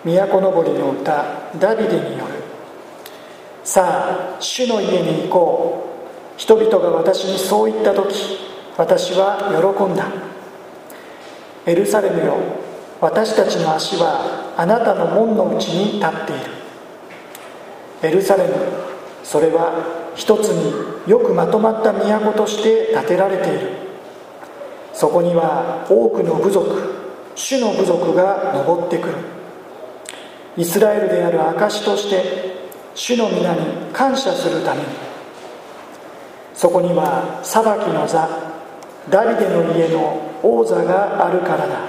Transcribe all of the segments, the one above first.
都のぼりの歌ダビデによる。さあ主の家に行こう。人々が私にそう言った時、私は喜んだ。エルサレムよ、私たちの足はあなたの門の内に立っている。エルサレム、それは一つによくまとまった都として建てられている。そこには多くの部族、主の部族が登ってくる。イスラエルである証として主の皆に感謝するために。そこには裁きの座、ダビデの家の王座があるからだ。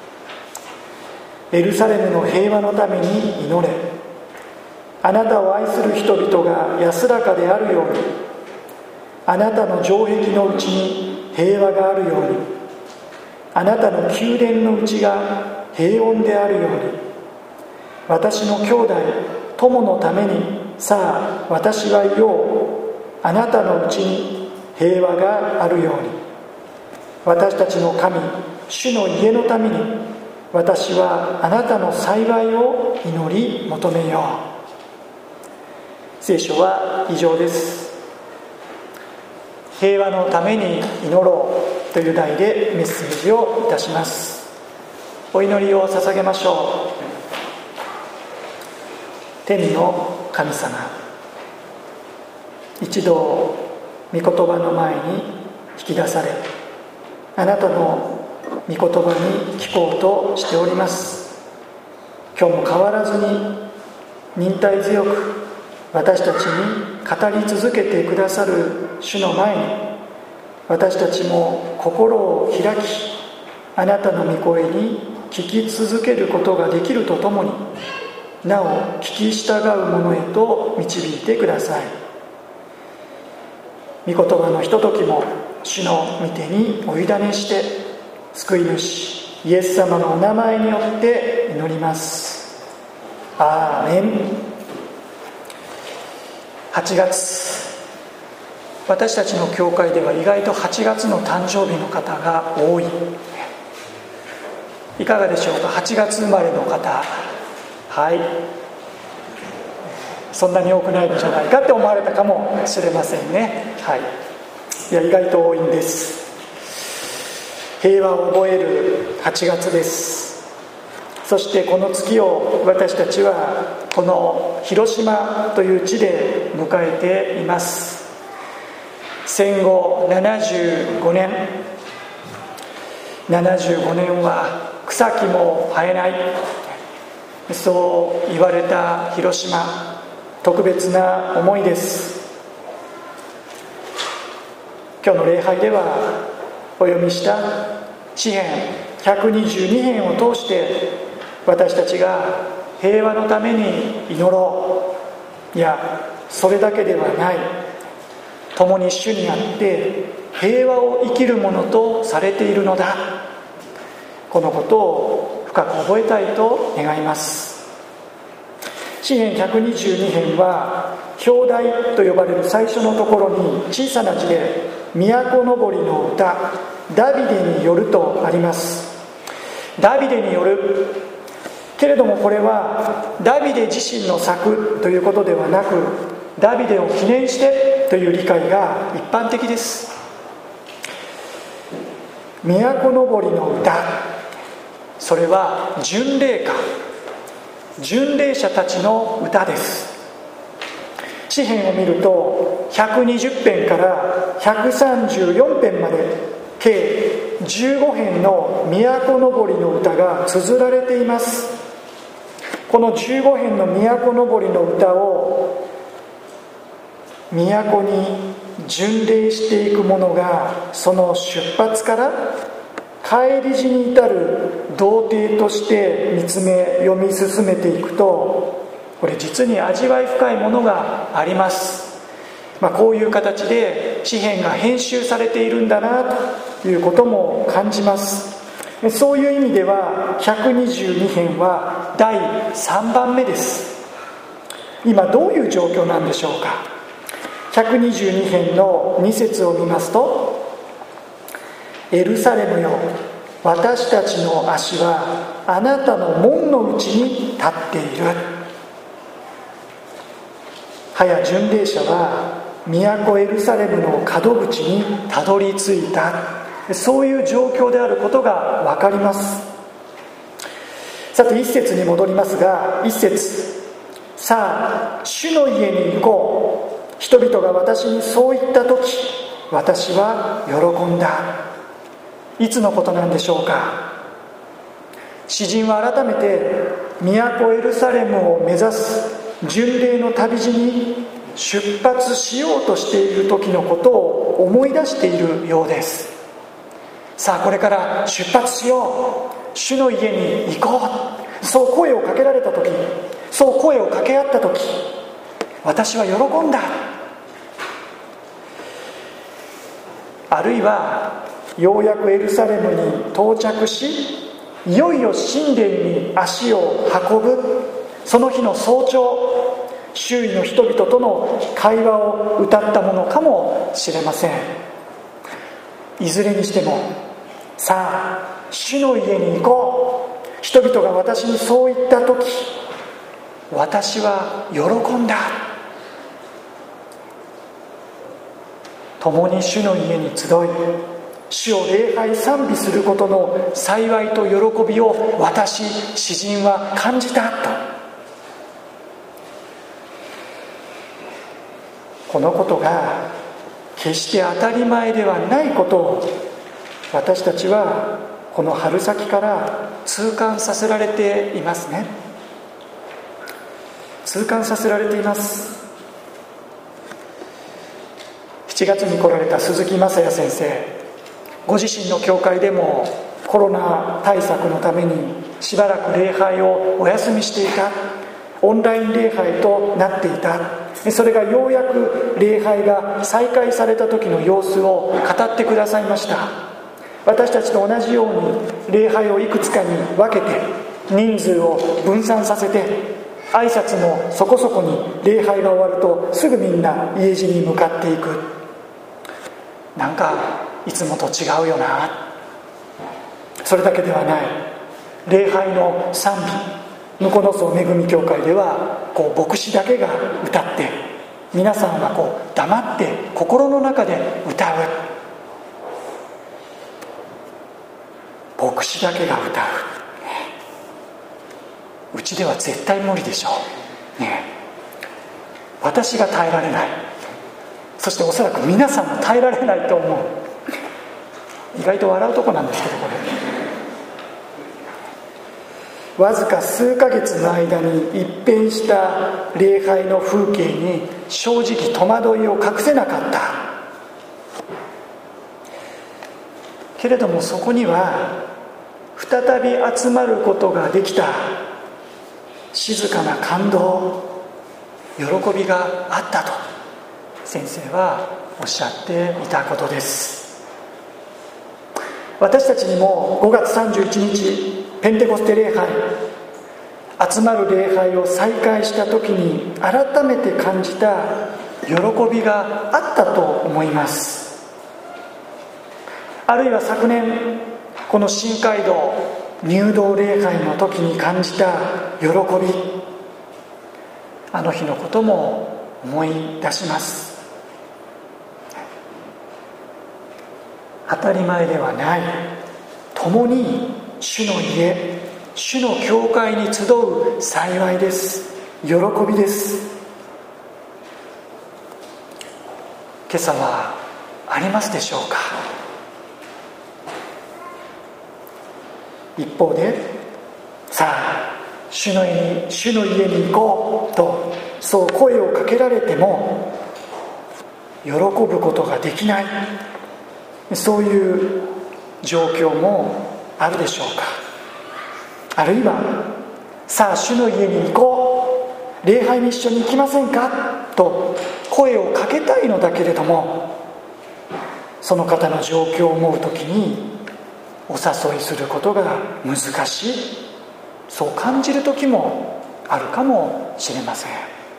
エルサレムの平和のために祈れ。あなたを愛する人々が安らかであるように、あなたの城壁のうちに平和があるように、あなたの宮殿のうちが平穏であるように、私の兄弟友のためにさあ私は言おう。あなたのうちに平和があるように、私たちの神主の家のために私はあなたの幸いを祈り求めよう。聖書は以上です。平和のために祈ろうという題でメッセージをいたします。お祈りを捧げましょう。天の神様、一度御言葉の前に引き出され、あなたの御言葉に聞こうとしております。今日も変わらずに忍耐強く私たちに語り続けてくださる主の前に、私たちも心を開き、あなたの御声に聞き続けることができるとともに、なお聞き従う者へと導いてください。御言葉のひとときも主の御手にお委ねして、救い主イエス様のお名前によって祈ります。アーメン。8月、私たちの教会では意外と8月の誕生日の方が多い。いかがでしょうか。8月生まれの方、はい、そんなに多くないのじゃないかって思われたかもしれませんね。はい、いや意外と多いんです。平和を覚える8月です。そしてこの月を私たちはこの広島という地で迎えています。戦後75年は草木も生えない、そう言われた広島、特別な思いです。今日の礼拝ではお読みした詩編122編を通して、私たちが平和のために祈ろう、いやそれだけではない、共に主にあって平和を生きるものとされているのだ、このことを深く覚えたいと願います。詩編122編は表題と呼ばれる最初のところに小さな字で都のぼりの歌ダビデによるとあります。ダビデによるけれども、これはダビデ自身の作ということではなく、ダビデを記念してという理解が一般的です。都のぼりの歌、それは巡礼歌、巡礼者たちの歌です。詩編を見ると120編から134編まで計15編の都のぼりの歌が綴られています。この15編の都のぼりの歌を都に巡礼していく者が、その出発から帰り地に至る道程として見つめ読み進めていくと、これ実に味わい深いものがあります。こういう形で詩編が編集されているんだなということも感じます。そういう意味では122編は第3番目です。今どういう状況なんでしょうか。122編の2節を見ますと、エルサレムよ、私たちの足はあなたの門の内に立っている。はや巡礼者は都エルサレムの門口にたどり着いた、そういう状況であることが分かります。さて一節に戻りますが、一節、さあ主の家に行こう、人々が私にそう言った時、私は喜んだ。いつのことなんでしょうか。詩人は改めて都エルサレムを目指す巡礼の旅路に出発しようとしている時のことを思い出しているようです。さあこれから出発しよう、主の家に行こう、そう声をかけられた時、そう声を掛け合った時、私は喜んだ。あるいはようやくエルサレムに到着し、いよいよ神殿に足を運ぶその日の早朝、周囲の人々との会話を歌ったものかもしれません。いずれにしても、さあ主の家に行こう、人々が私にそう言った時、私は喜んだ。共に主の家に集い、主を礼拝賛美することの幸いと喜びを私、詩人は感じたと。このことが決して当たり前ではないことを、私たちはこの春先から痛感させられていますね。痛感させられています。7月に来られた鈴木雅也先生、ご自身の教会でもコロナ対策のためにしばらく礼拝をお休みしていた、オンライン礼拝となっていた。それがようやく礼拝が再開された時の様子を語ってくださいました。私たちと同じように礼拝をいくつかに分けて、人数を分散させて、挨拶もそこそこに、礼拝が終わるとすぐみんな家路に向かっていく。なんかいつもと違うよな。それだけではない。礼拝の賛美、向野荘恵み教会では牧師だけが歌って、皆さんは黙って心の中で歌う。牧師だけが歌う、うちでは絶対無理でしょう、ね、私が耐えられない。そしておそらく皆さんも耐えられないと思う。意外と笑うとこなんですけど、これわずか数ヶ月の間に一変した礼拝の風景に正直戸惑いを隠せなかったけれども、そこには再び集まることができた静かな感動、喜びがあったと先生はおっしゃっていたことです。私たちにも5月31日ペンテコステ礼拝、集まる礼拝を再開した時に改めて感じた喜びがあったと思います。あるいは昨年この新街道入道礼拝の時に感じた喜び、あの日のことも思い出します。当たり前ではない、共に主の家、主の教会に集う幸いです。喜びです。今朝はありますでしょうか。一方で、さあ主の家に行こうとそう声をかけられても喜ぶことができない、そういう状況もあるでしょうか。あるいは、さあ主の家に行こう、礼拝に一緒に行きませんかと声をかけたいのだけれども、その方の状況を思うときにお誘いすることが難しい、そう感じる時もあるかもしれません。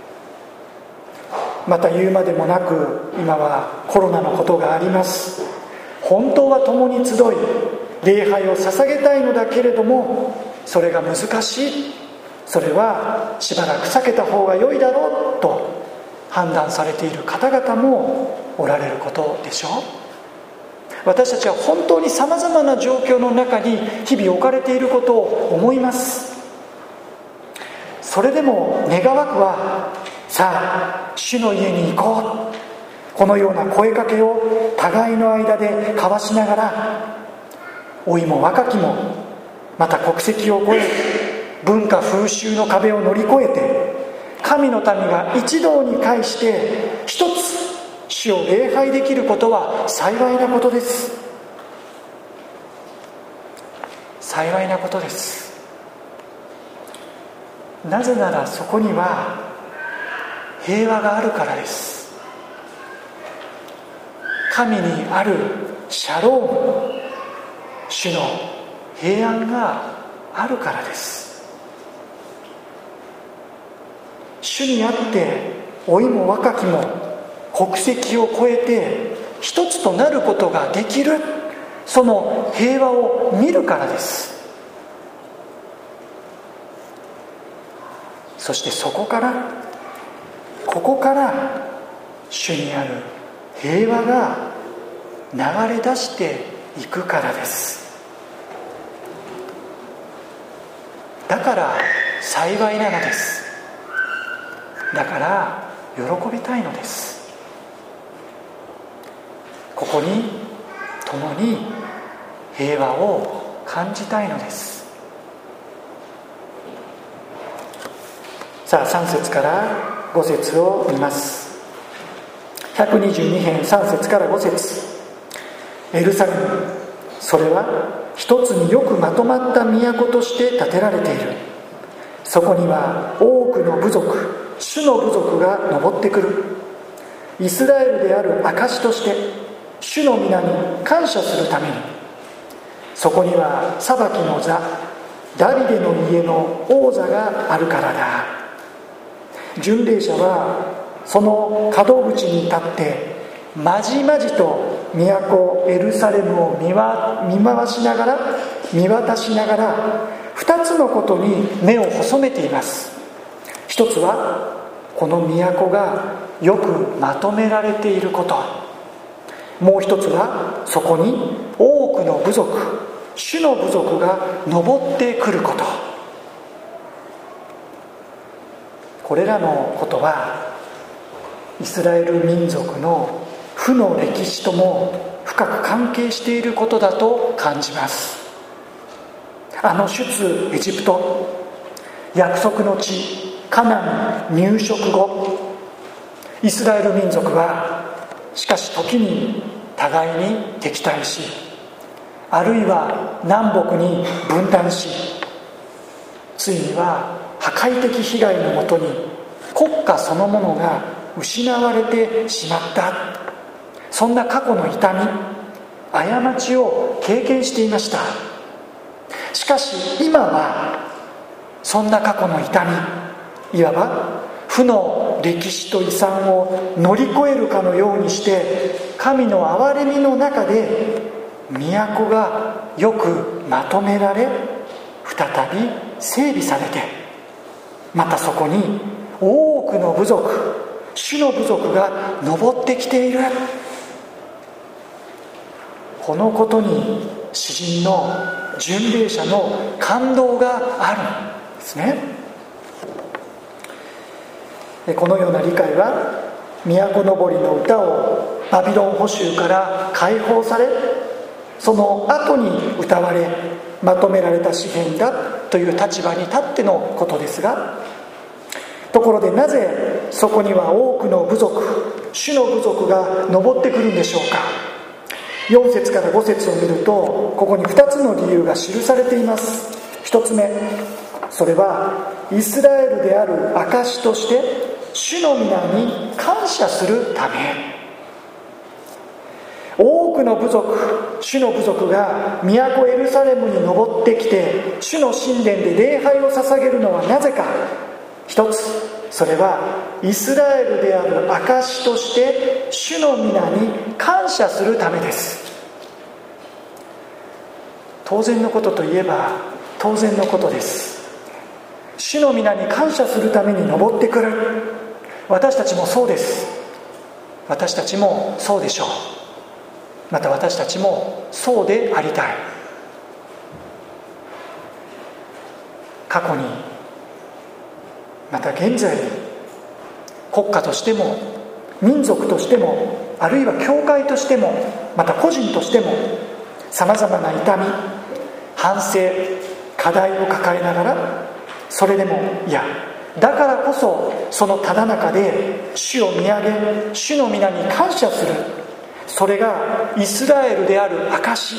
また言うまでもなく、今はコロナのことがあります。本当は共に集い礼拝を捧げたいのだけれども、 それが難しい、それはしばらく避けた方が良いだろうと判断されている方々もおられることでしょう。私たちは本当にさまざまな状況の中に日々置かれていることを思います。それでも願わくは、さあ主の家に行こう、このような声かけを互いの間で交わしながら、老いも若きもまた国籍を超え、文化風習の壁を乗り越えて、神の民が一堂に会して一つ主を礼拝できることは幸いなことです。幸いなことです。なぜならそこには平和があるからです。神にあるシャローム、主の平安があるからです。主にあって老いも若きも国籍を超えて一つとなることができる、その平和を見るからです。そしてここから主にある平和が流れ出していくからです。だから幸いなのです。だから喜びたいのです。ここに共に平和を感じたいのです。さあ3節から5節を見ます。122編3節から5節。エルサレム、それは一つによくまとまった都として建てられている。そこには多くの部族、主の部族が登ってくる。イスラエルである証として主の皆に感謝するために、そこには裁きの座、ダビデの家の王座があるからだ。巡礼者はその門口に立ってまじまじと都エルサレムを見渡しながら2つのことに目を細めています。一つはこの都がよくまとめられていること、もう一つはそこに多くの部族、主の部族が登ってくること。これらのことはイスラエル民族の負の歴史とも深く関係していることだと感じます。出エジプト、約束の地カナン入植後、イスラエル民族はしかし時に互いに敵対し、あるいは南北に分断し、ついには破壊的被害のもとに国家そのものが失われてしまった、そんな過去の痛み、過ちを経験していました。しかし今はそんな過去の痛み、いわば負の歴史と遺産を乗り越えるかのようにして、神の憐れみの中で都がよくまとめられ、再び整備されて、またそこに多くの部族、主の部族が登ってきている。このことに詩人の巡礼者の感動があるんですね。このような理解は、都のぼりの歌をバビロン捕囚から解放され、その後に歌われまとめられた詩篇だという立場に立ってのことですが、ところでなぜそこには多くの部族、主の部族が登ってくるんでしょうか。4節から5節を見ると、ここに2つの理由が記されています。1つ目、それはイスラエルである証として主の皆に感謝するため。多くの部族、主の部族が都エルサレムに登ってきて主の神殿で礼拝を捧げるのはなぜか。一つ、それはイスラエルである証として主の皆に感謝するためです。当然のことといえば当然のことです。主の皆に感謝するために登ってくる。私たちもそうです。私たちもそうでしょう。また私たちもそうでありたい。過去に、また現在に、国家としても民族としても、あるいは教会としても、また個人としても、さまざまな痛み、反省、課題を抱えながら、それでも、いや、だからこそそのただ中で主を見上げ、主の皆に感謝する。それがイスラエルである証、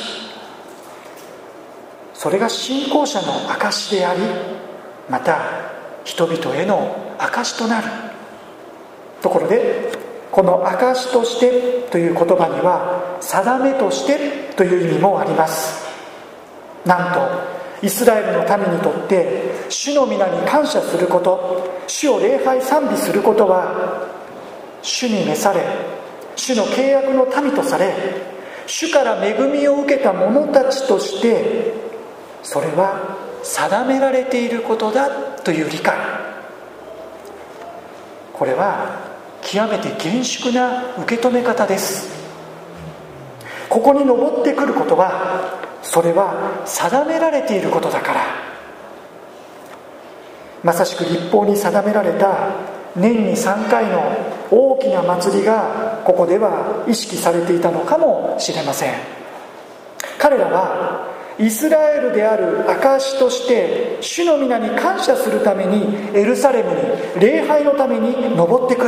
それが信仰者の証であり、また人々への証となるところで、この証としてという言葉には定めとしてという意味もあります。なんとイスラエルの民にとって主の皆に感謝すること、主を礼拝賛美することは、主に召され主の契約の民とされ、主から恵みを受けた者たちとして、それは定められていることだという理解、これは極めて厳粛な受け止め方です。ここに登ってくることは、それは定められていることだから。まさしく律法に定められた年に3回の大きな祭りがここでは意識されていたのかもしれません。彼らはイスラエルである証として主の皆に感謝するためにエルサレムに礼拝のために登ってくる。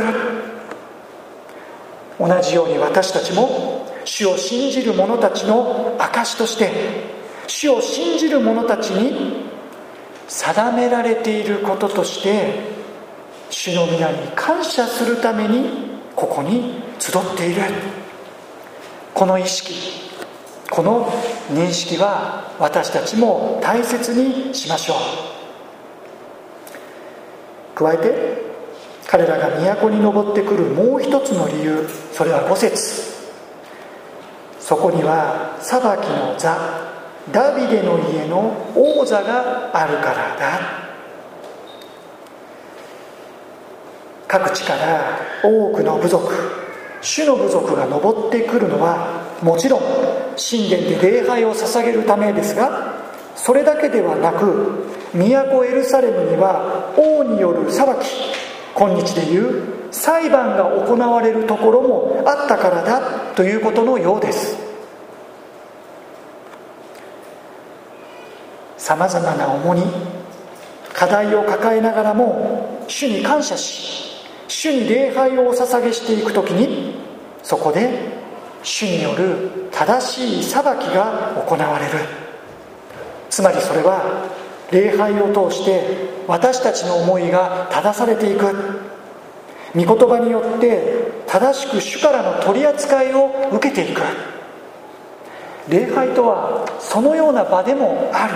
同じように私たちも主を信じる者たちの証として、主を信じる者たちに定められていることとして、主の皆に感謝するためにここに集っている。この意識、この認識は私たちも大切にしましょう。加えて彼らが都に登ってくるもう一つの理由、それは5節。そこには裁きの座、ダビデの家の王座があるからだ。各地から多くの部族、主の部族が登ってくるのは、もちろん神殿で礼拝を捧げるためですが、それだけではなく、都エルサレムには王による裁き、今日でいう裁判が行われるところもあったからだということのようです。さまざまな重荷、課題を抱えながらも主に感謝し、主に礼拝をお捧げしていくときに、そこで主による正しい裁きが行われる。つまりそれは礼拝を通して私たちの思いが正されていく、御言葉によって正しく主からの取り扱いを受けていく。礼拝とはそのような場でもあ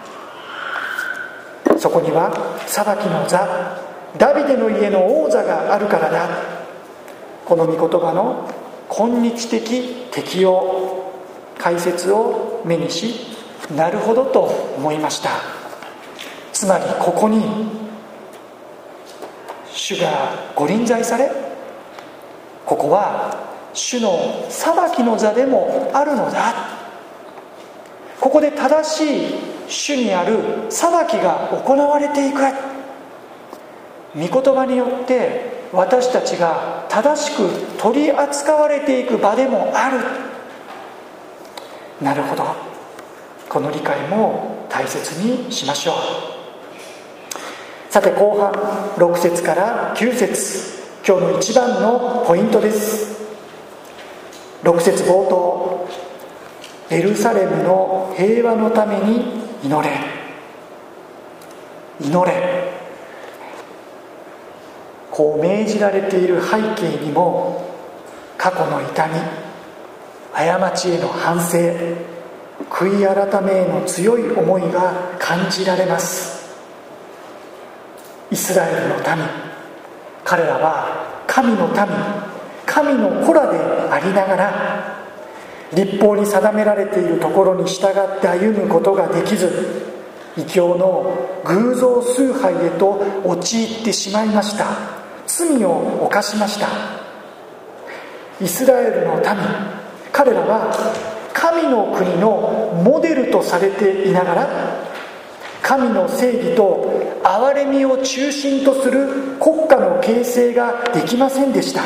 る。そこには裁きの座、ダビデの家の王座があるからだ。この御言葉の今日的適用、解説を目にし、なるほどと思いました。つまりここに主がご臨在され、ここは主の裁きの座でもあるのだ。ここで正しい主にある裁きが行われていく。御言葉によって私たちが正しく取り扱われていく場でもある。なるほど、この理解も大切にしましょう。さて後半6節から9節、今日の一番のポイントです。6節冒頭、エルサレムの平和のために祈れ、祈れ、こう命じられている背景にも、過去の痛み、過ちへの反省、悔い改めへの強い思いが感じられます。イスラエルの民、彼らは神の民、神の子らでありながら、律法に定められているところに従って歩むことができず、 異教の偶像崇拝へと陥ってしまいました。罪を犯しました。イスラエルの民、彼らは神の国のモデルとされていながら、神の正義と憐れみを中心とする国家の形成ができませんでした。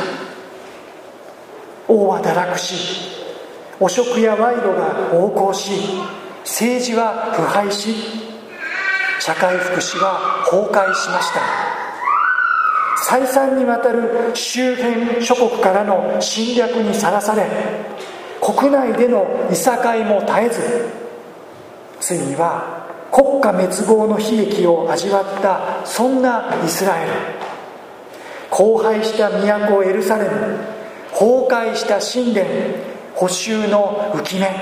王は堕落し、汚職や賄賂が横行し、政治は腐敗し、社会福祉は崩壊しました。再三にわたる周辺諸国からの侵略にさらされ、国内でのいさかいも絶えず、ついには国家滅亡の悲劇を味わった、そんなイスラエル。荒廃した都エルサレム、崩壊した神殿、捕囚の浮き目。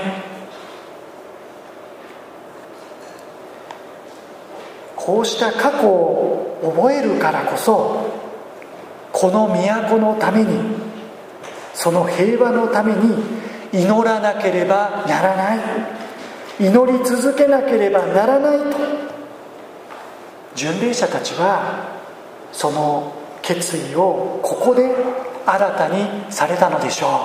こうした過去を覚えるからこそ、この都のために、その平和のために祈らなければならない、祈り続けなければならないと、巡礼者たちはその決意をここで新たにされたのでしょう。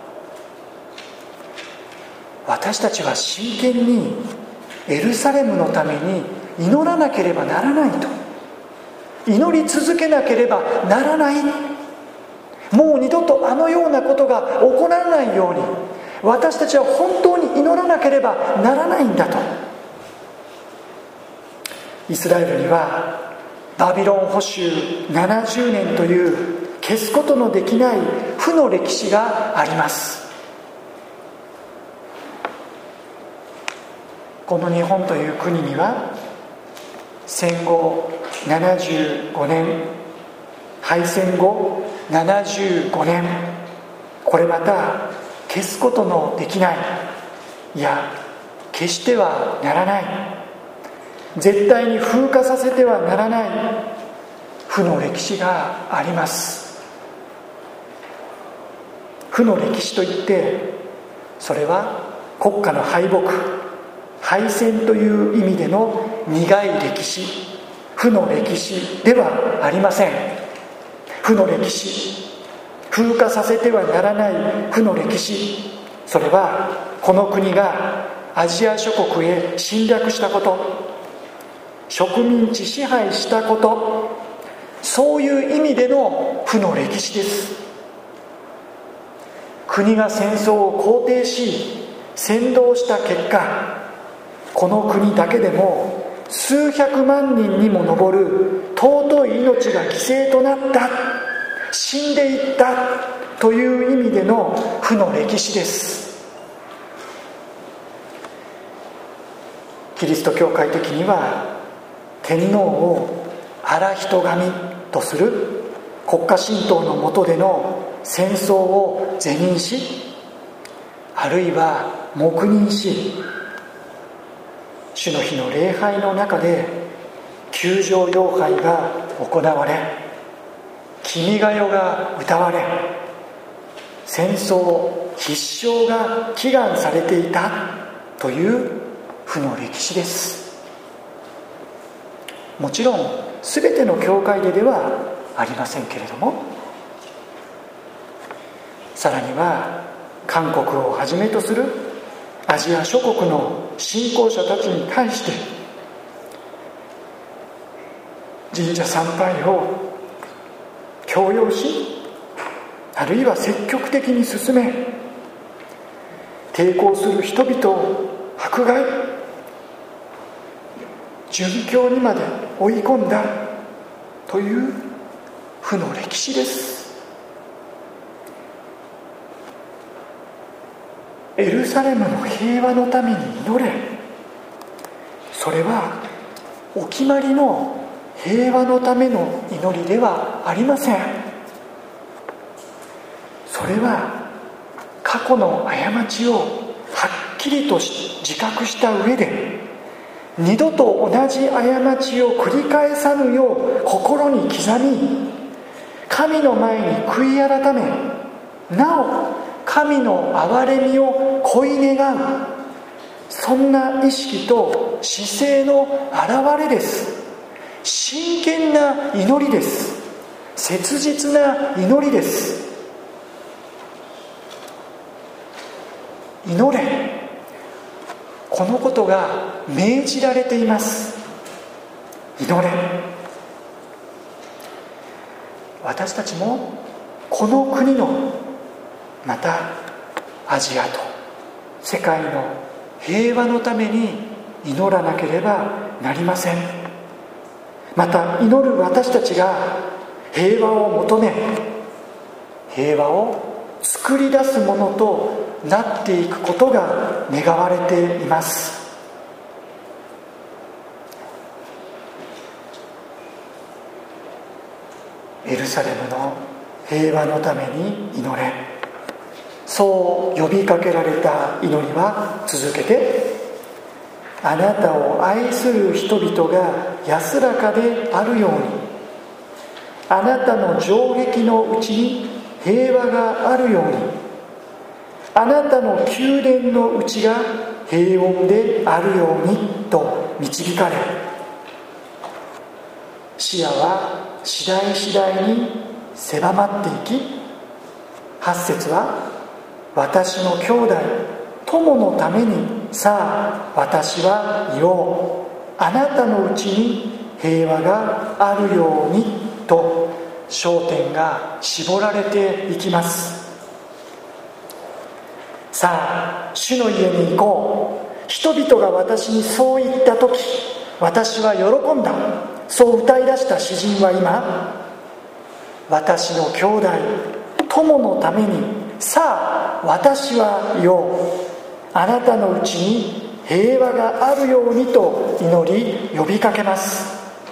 私たちは真剣にエルサレムのために祈らなければならないと、祈り続けなければならない、もう二度とあのようなことが起こらないように私たちは本当に祈らなければならないんだと。イスラエルにはバビロン捕囚70年という消すことのできない負の歴史があります。この日本という国には戦後75年、敗戦後75年、これまた消すことのできない、いや決してはならない、絶対に風化させてはならない負の歴史があります。負の歴史といって、それは国家の敗北、敗戦という意味での苦い歴史、負の歴史ではありません。負の歴史、風化させてはならない負の歴史、それはこの国がアジア諸国へ侵略したこと、植民地支配したこと、そういう意味での負の歴史です。国が戦争を肯定し扇動した結果、この国だけでも数百万人にも上る尊い命が犠牲となった、死んでいったという意味での負の歴史です。キリスト教会的には天皇を荒人神とする国家神道の下での戦争を是認し、あるいは黙認し、主の日の礼拝の中で救助礼拝が行われ、君が代が歌われ、戦争必勝が祈願されていたという負の歴史です。もちろん全ての教会ではありませんけれども、さらには韓国をはじめとするアジア諸国の信仰者たちに対して神社参拝を強要し、あるいは積極的に進め、抵抗する人々を迫害、殉教にまで追い込んだという負の歴史です。エルサレムの平和のために祈れ、それはお決まりの平和のための祈りではありません。それは過去の過ちをはっきりと自覚した上で、二度と同じ過ちを繰り返さぬよう心に刻み、神の前に悔い改め、なお神の憐れみを恋願う、 そんな意識と姿勢の表れです。真剣な祈りです。切実な祈りです。祈れ、このことが命じられています。祈れ。私たちもこの国の、またアジアと世界の平和のために祈らなければなりません。また祈る私たちが平和を求め、平和を作り出すものとなっていくことが願われています。エルサレムの平和のために祈れ、そう呼びかけられた祈りは続けて、あなたを愛する人々が安らかであるように、あなたの城壁のうちに平和があるように、あなたの宮殿のうちが平穏であるようにと導かれ、視野は次第次第に狭まっていき、8節は、私の兄弟友のためにさあ私は言おう、あなたのうちに平和があるようにと焦点が絞られていきます。さあ主の家に行こう、人々が私にそう言った時私は喜んだ、そう歌い出した詩人は今、私の兄弟友のためにさあ私は言おう、あなたのうちに平和があるようにと祈り呼びかけます。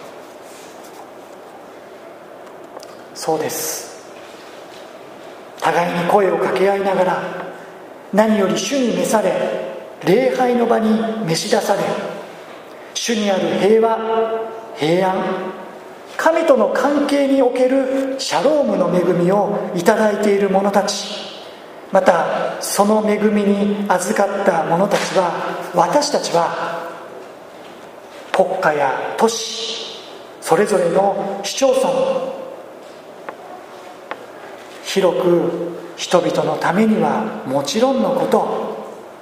そうです。互いに声を掛け合いながら、何より主に召され礼拝の場に召し出され、主にある平和、平安、神との関係におけるシャロームの恵みをいただいている者たち、またその恵みに預かった者たちは、私たちは国家や都市それぞれの市町村、広く人々のためにはもちろんのこと、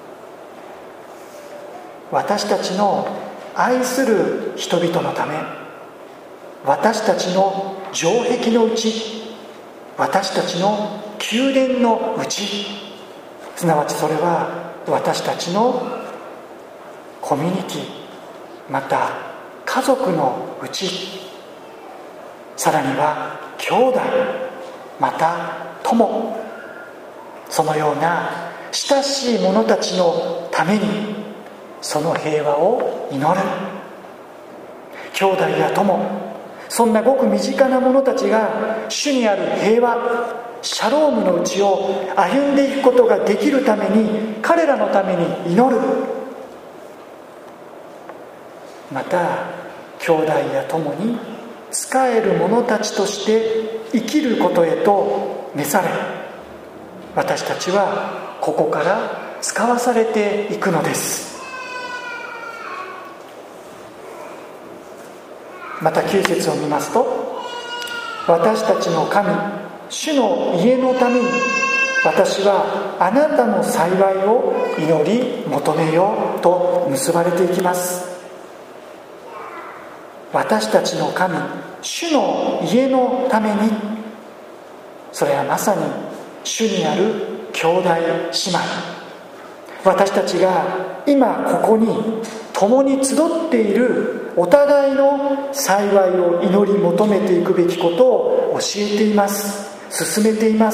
私たちの愛する人々のため、私たちの城壁のうち、私たちの宮殿のうち、すなわちそれは私たちのコミュニティ、また家族のうち、さらには兄弟、また友、そのような親しい者たちのためにその平和を祈る。兄弟や友、そんなごく身近な者たちが主にある平和、シャロームのうちを歩んでいくことができるために、彼らのために祈る。また兄弟や友に仕える者たちとして生きることへと召され、私たちはここから使わされていくのです。また9節を見ますと、私たちの神主の家のために私はあなたの幸いを祈り求めようと結ばれていきます。私たちの神主の家のために、それはまさに主にある兄弟姉妹、私たちが今ここに共に集っているお互いの幸いを祈り求めていくべきことを教えています。進めています。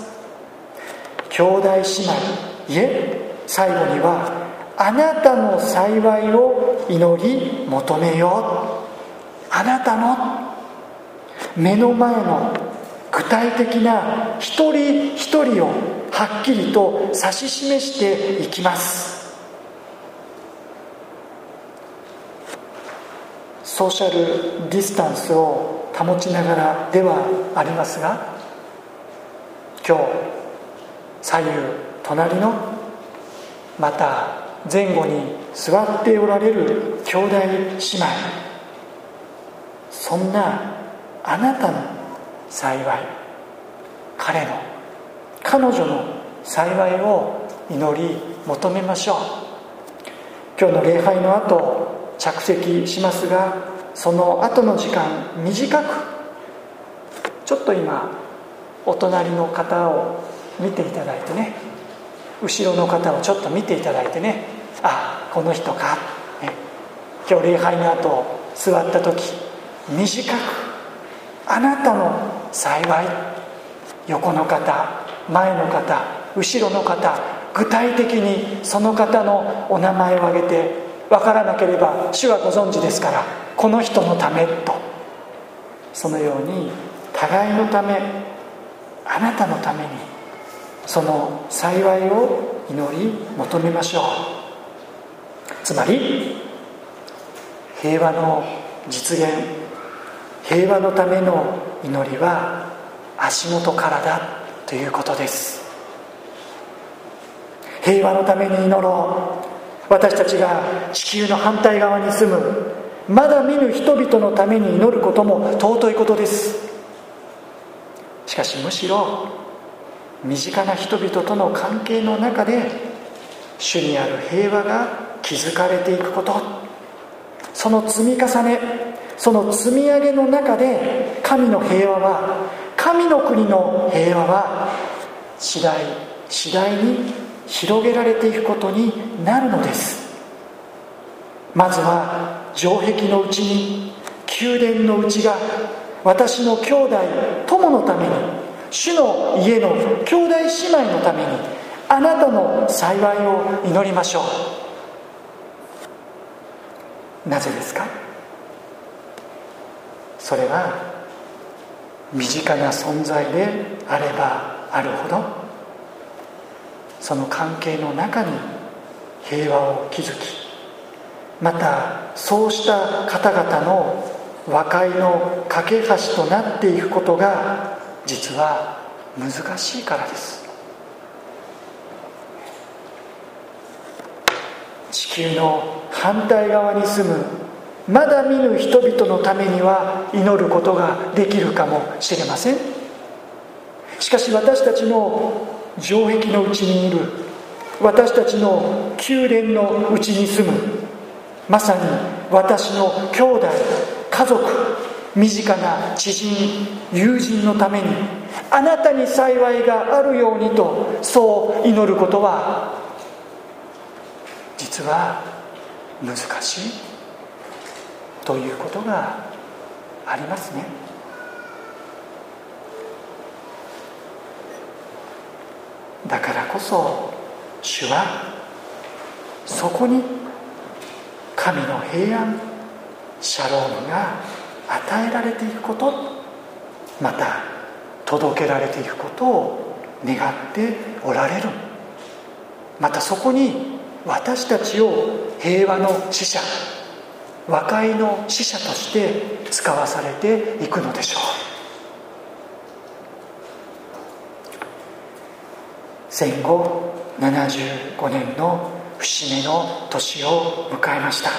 兄弟姉妹、いえ最後にはあなたの幸いを祈り求めよう。あなたの目の前の具体的な一人一人をはっきりと指し示していきます。ソーシャルディスタンスを保ちながらではありますが、今日左右隣の、また前後に座っておられる兄弟姉妹、そんなあなたの幸い、彼女の幸いを祈り求めましょう。今日の礼拝の後着席しますが、その後の時間短く、ちょっと今お隣の方を見ていただいてね、後ろの方をちょっと見ていただいてね、あ、この人か、ね、今日礼拝の後座った時、短くあなたの幸い、横の方、前の方、後ろの方、具体的にその方のお名前を挙げて、分からなければ主はご存知ですから、この人のためと、そのように互いのため、あなたのためにその幸いを祈り求めましょう。つまり平和の実現、平和のための祈りは足元からだということです。平和のために祈ろう。私たちが地球の反対側に住むまだ見ぬ人々のために祈ることも尊いことです。しかしむしろ身近な人々との関係の中で主にある平和が築かれていくこと、その積み重ね、その積み上げの中で神の平和は、神の国の平和は次第に広げられていくことになるのです。まずは城壁のうちに、宮殿のうちが私の兄弟友のために、主の家の兄弟姉妹のために、あなたの幸いを祈りましょう。なぜですか？それは身近な存在であればあるほど、その関係の中に平和を築き、またそうした方々の和解の架け橋となっていくことが実は難しいからです。地球の反対側に住むまだ見ぬ人々のためには祈ることができるかもしれません。しかし私たちの城壁のうちにいる、私たちの宮殿のうちに住む、まさに私の兄弟、家族、身近な知人、友人のために、あなたに幸いがあるようにと、そう祈ることは実は難しいということがありますね。だからこそ主はそこに神の平安、シャロームが与えられていくこと、また届けられていくことを願っておられる。またそこに私たちを平和の使者、和解の使者として使わされていくのでしょう。戦後75年の節目の年を迎えました。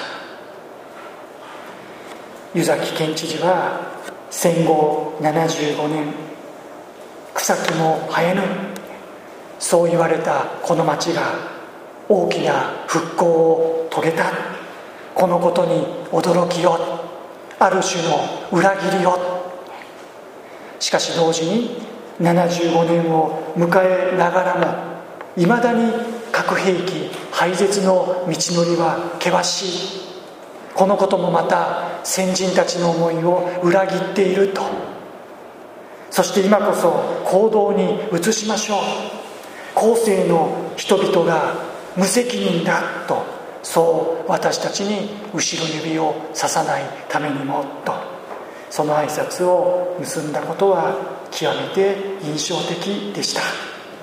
湯崎県知事は戦後75年、草木も生えぬ、そう言われたこの町が大きな復興を遂げた、このことに驚きを、ある種の裏切りを。しかし同時に75年を迎えながらも、いまだに核兵器廃絶の道のりは険しい、このこともまた先人たちの思いを裏切っていると。そして今こそ行動に移しましょう、後世の人々が無責任だと、そう私たちに後ろ指をささないためにもと、その挨拶を結んだことは極めて印象的でした。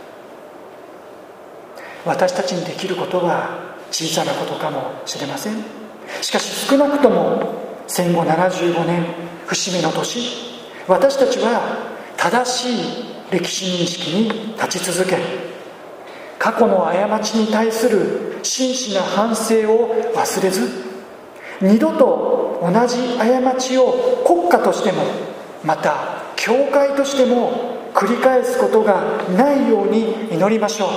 私たちにできることは小さなことかもしれません。しかし少なくとも戦後75年節目の年、私たちは正しい歴史認識に立ち続け、 過去の過ちに対する真摯な反省を忘れず、二度と同じ過ちを国家としてもまた教会としても繰り返すことがないように祈りましょう。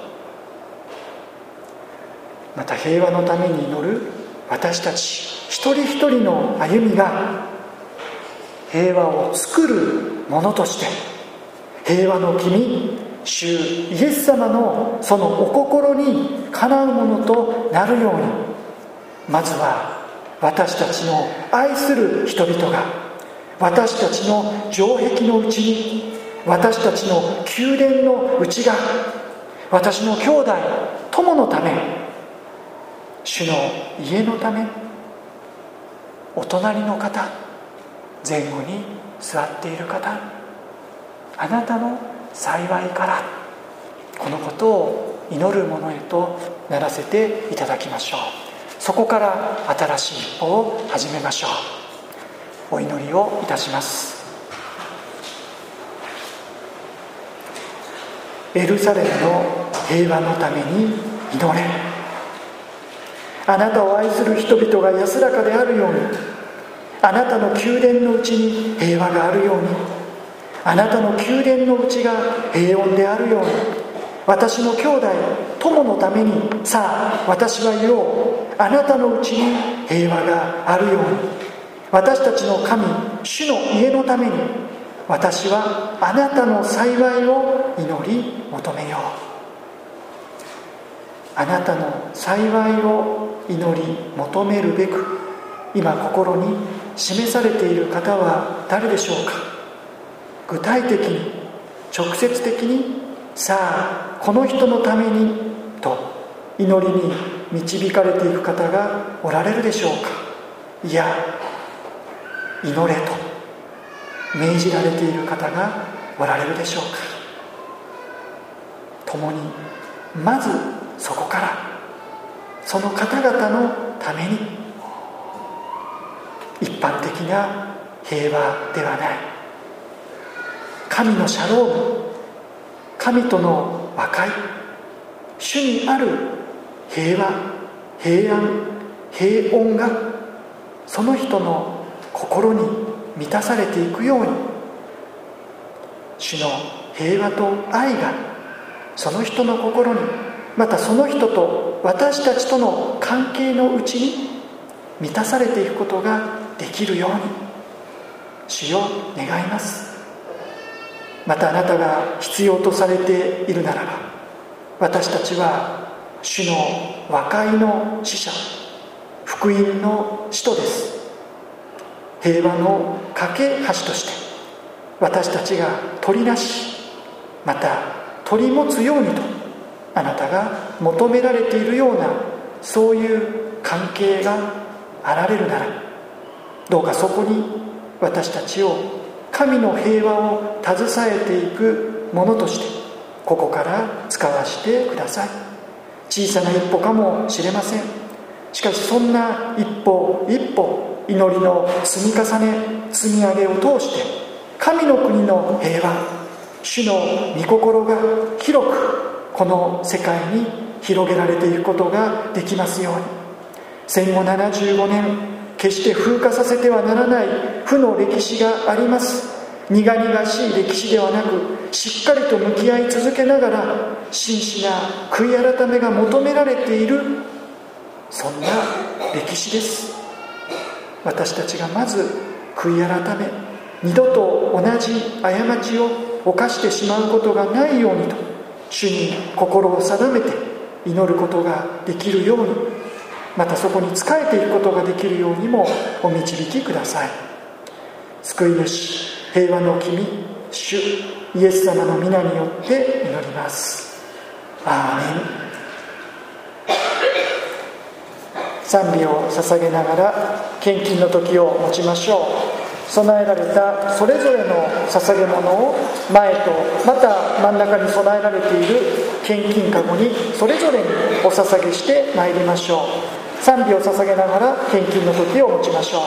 また平和のために祈る私たち一人一人の歩みが平和を作るものとして、平和の君主イエス様のそのお心にかなうものとなるように、まずは私たちの愛する人々が私たちの城壁のうちに、私たちの宮殿の内が、私の兄弟友のため、主の家のため、お隣の方、前後に座っている方、あなたの幸いからこのことを祈るものへとならせていただきましょう。そこから新しい一歩を始めましょう。お祈りをいたします。エルサレムの平和のために祈れ。あなたを愛する人々が安らかであるように、あなたの宮殿のうちに平和があるように、あなたの宮殿のうちが平穏であるように、私の兄弟友のためにさあ私は言おう。あなたのうちに平和があるように、私たちの神主の家のために私はあなたの幸いを祈り求めよう。あなたの幸いを祈り求めるべく、今心に示されている方は誰でしょうか。具体的に直接的に、さあこの人のためにと祈りに導かれていく方がおられるでしょうか。いや、祈れと命じられている方がおられるでしょうか。共にまずそこから、その方々のために、一般的な平和ではない、神のシャローム、神との和解、主にある平和、平安、平穏がその人の心に満たされていくように、主の平和と愛がその人の心に、またその人と私たちとの関係のうちに満たされていくことができるように主を願います。またあなたが必要とされているならば、私たちは主の和解の使者、福音の使徒です。平和の架け橋として私たちが取りなし、また取り持つようにとあなたが求められているような、そういう関係があられるなら、どうかそこに私たちを神の平和を携えていくものとしてここから使わせてください。小さな一歩かもしれません。しかしそんな一歩一歩、祈りの積み重ね積み上げを通して神の国の平和、主の御心が広くこの世界に広げられていくことができますように。戦後75年、決して風化させてはならない負の歴史があります。苦々しい歴史ではなく、しっかりと向き合い続けながら真摯な悔い改めが求められている、そんな歴史です。私たちがまず悔い改め、二度と同じ過ちを犯してしまうことがないようにと主に心を定めて祈ることができるように、またそこに仕えていくことができるようにもお導きください。救い主、平和の君、主イエス様の皆によって祈ります。アーメン。賛美を捧げながら献金の時を持ちましょう。備えられたそれぞれの捧げ物を前とまた真ん中に備えられている献金かごにそれぞれにお捧げしてまいりましょう。賛美を捧げながら献金の時を持ちましょう。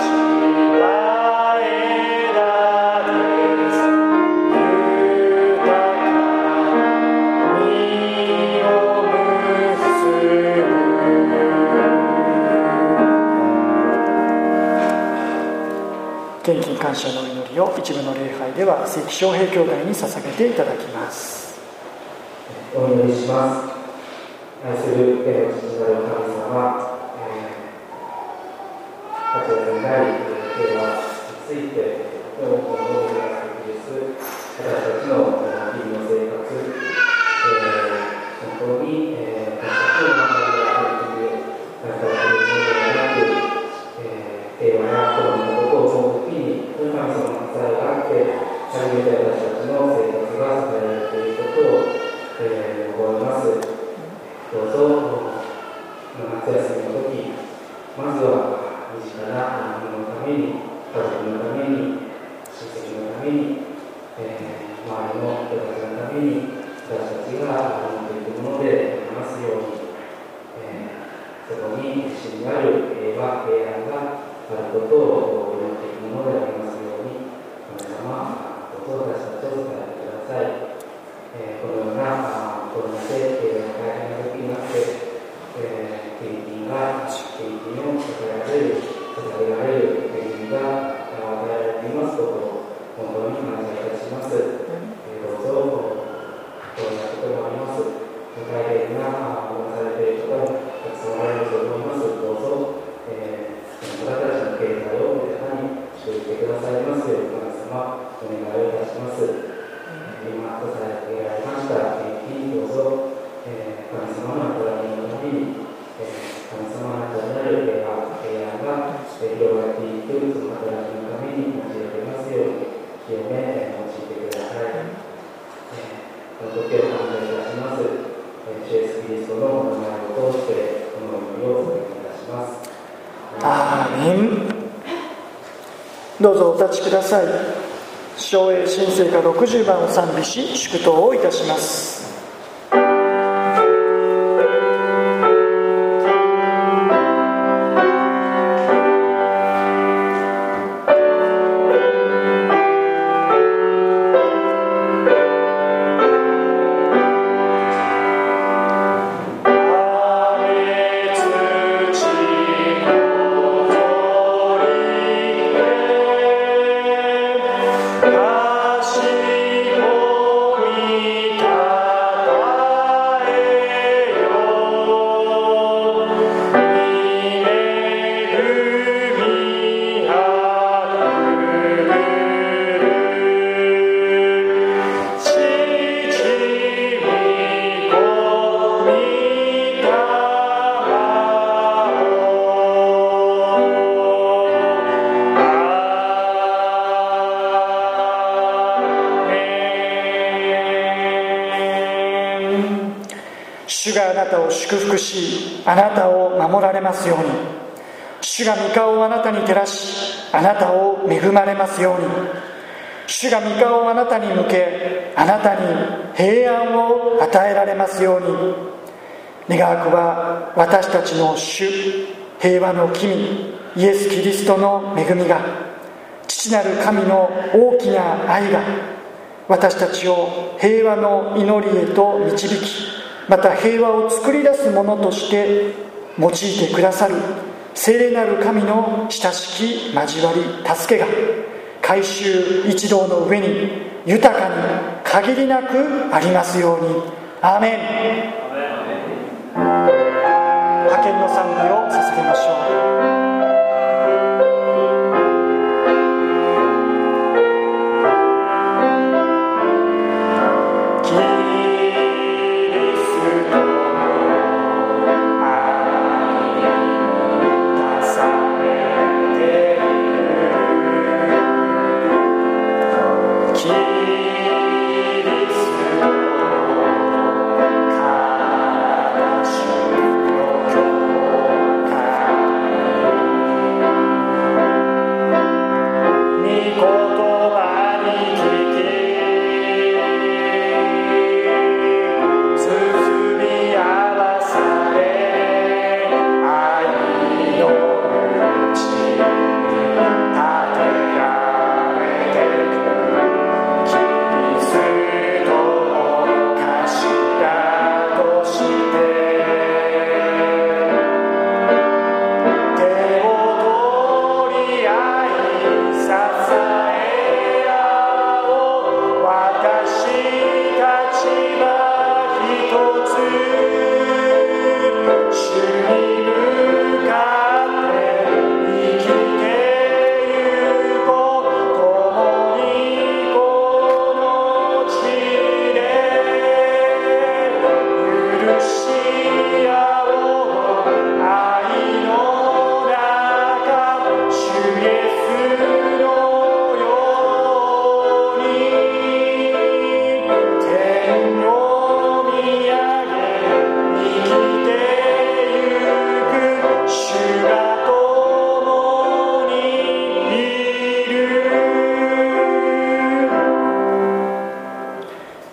献金感謝の祈りを一部の礼拝では関翔平兄弟に捧げていただきます。 お祈りします。愛する天の父なる神様、8月になり平和についてとても述べられている私たちの日々の生活、本当に私たちの学びがあるという私たちのものではなく、平和や子供のことを思うときに神様の支えがあって初めて私たちの生活が支えられていることを思います。どうぞ夏休みの時、まずは身近な者のために、家族のために、親戚のために、周りの人たちのために、私たちが持っていくものでありますように、そこに真にある平和、平安があることを祈っていくものでありますように、神様、どうぞ私たちを伝えてください。このようなコロナで大変な時になって、献金を捧げられる献金が与えられていますことを本当に感謝いたします。どうぞ、こういうこともあります。大変な思いされている方もたくさんおられると思います。どうぞ、私たちの経済を豊かにしていってくださいますよう神様、お願いをいたします。今、おさえてられました献金、どうぞ、神様の働きのために、神様の中にある平安が広がっていく、その働きのために用いられますように、清め、用いてください。この時を感謝いたします。主イエスキリストのお名前を通して、この祈りをお願いいたします。 アーメン。どうぞお立ちください。唱詠新聖歌60番を賛美し祝祷をいたします。主があなたを祝福し、あなたを守られますように。主が御顔をあなたに照らし、あなたを恵まれますように。主が御顔をあなたに向け、あなたに平安を与えられますように。願わくは私たちの主、平和の君、イエス・キリストの恵みが、父なる神の大きな愛が、私たちを平和の祈りへと導き、また平和を作り出すものとして用いてくださる聖霊なる神の親しき交わり助けが改宗一同の上に豊かに限りなくありますように。アーメン。派遣の賛美を捧げましょう。 キリスト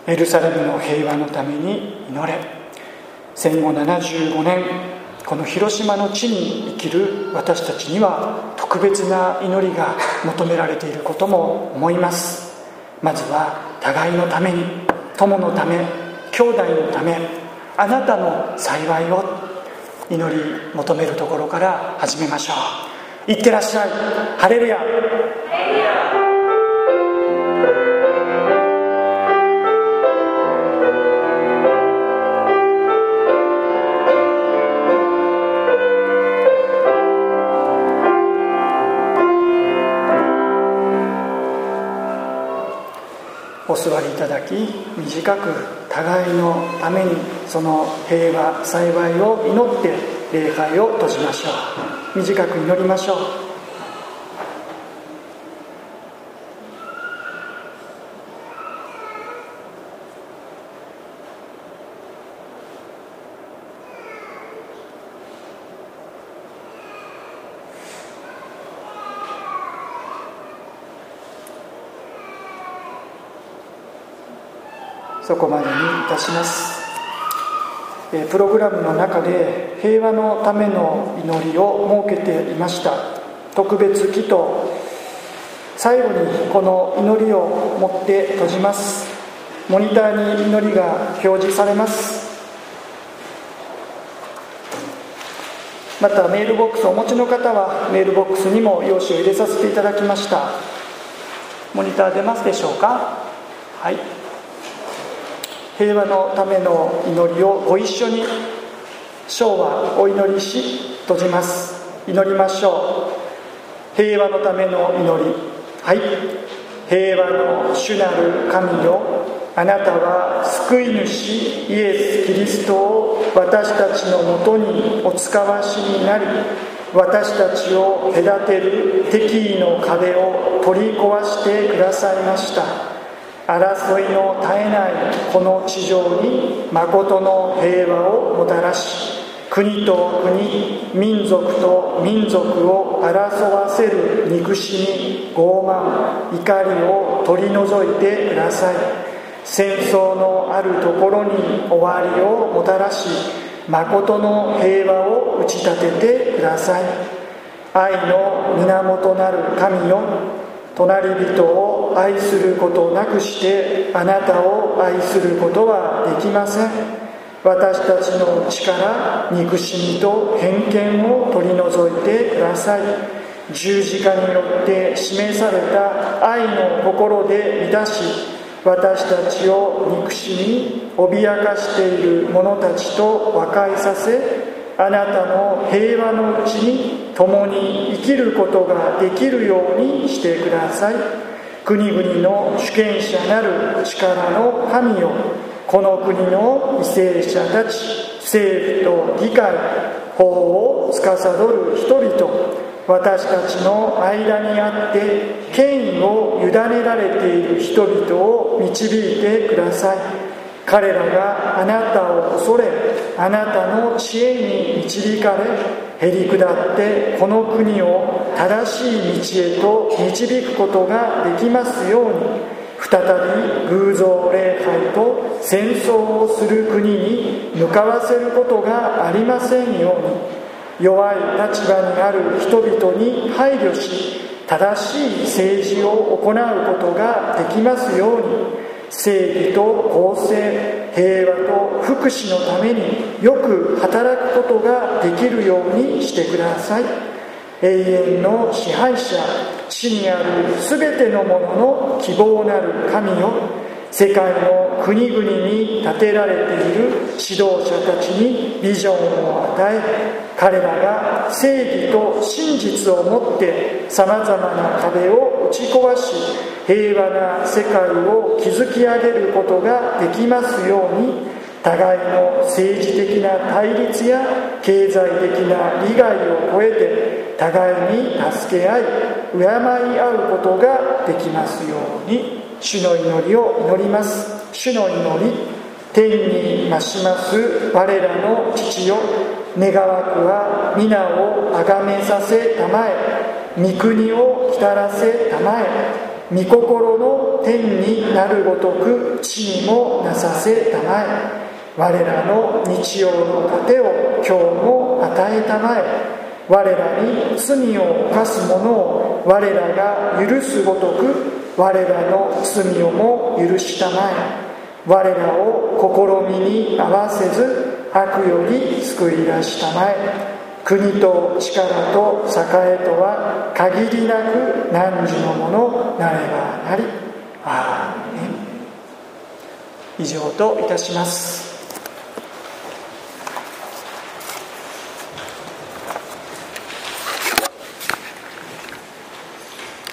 エルサレムの平和のために祈れ。戦後75年、この広島の地に生きる私たちには特別な祈りが求められていることも思います。まずは互いのために、友のため、兄弟のため、あなたの幸いを祈り求めるところから始めましょう。いってらっしゃい。ハレルヤ。お座りいただき、短く互いのためにその平和幸いを祈って礼拝を閉じましょう。短く祈りましょう。そこまでにいたします。プログラムの中で平和のための祈りを設けていました。特別祈祷、最後にこの祈りを持って閉じます。モニターに祈りが表示されます。またメールボックスをお持ちの方はメールボックスにも用紙を入れさせていただきました。モニター出ますでしょうか。はい。平和のための祈りをご一緒に唱和お祈りし閉じます。祈りましょう。平和のための祈り。はい。平和の主なる神よ、あなたは救い主イエス・キリストを私たちのもとにお使わしになり、私たちを隔てる敵意の壁を取り壊してくださいました。争いの絶えないこの地上に誠の平和をもたらし、国と国、民族と民族を争わせる憎しみ、傲慢、怒りを取り除いてください。戦争のあるところに終わりをもたらし、誠の平和を打ち立ててください。愛の源なる神よ、隣人を愛することなくしてあなたを愛することはできません。私たちのうちから憎しみと偏見を取り除いてください。十字架によって示された愛の心で満たし、私たちを憎しみ脅かしている者たちと和解させ、あなたの平和のうちに共に生きることができるようにしてください。国々の主権者なる力の神よ、この国の為政者たち、政府と議会、法を司る人々、私たちの間にあって権威を委ねられている人々を導いてください。彼らがあなたを恐れ、あなたの知恵に導かれ、へり下ってこの国を正しい道へと導くことができますように、再び偶像礼拝と戦争をする国に向かわせることがありませんように、弱い立場にある人々に配慮し、正しい政治を行うことができますように、正義と公正、平和と福祉のためによく働くことができるようにしてください。永遠の支配者、地にあるすべてのものの希望なる神よ、世界の国々に立てられている指導者たちにビジョンを与え、彼らが正義と真実をもってさまざまな壁を打ち壊し、平和な世界を築き上げることができますように、互いの政治的な対立や経済的な利害を超えて互いに助け合い敬い合うことができますように、主の祈りを祈ります。主の祈り。天に増します我らの父よ、願わくは皆をあがめさせたまえ、御国を来たらせたまえ、 御心の天になるごとく地にもなさせたまえ。我らの日曜の糧を今日も与えたまえ。我らに罪を犯す者を我らが許すごとく我らの罪をも許したまえ。我らを試みに合わせず悪より救い出したまえ。国と力と栄とは限りなく汝のものなればなり。アーメン。以上といたします。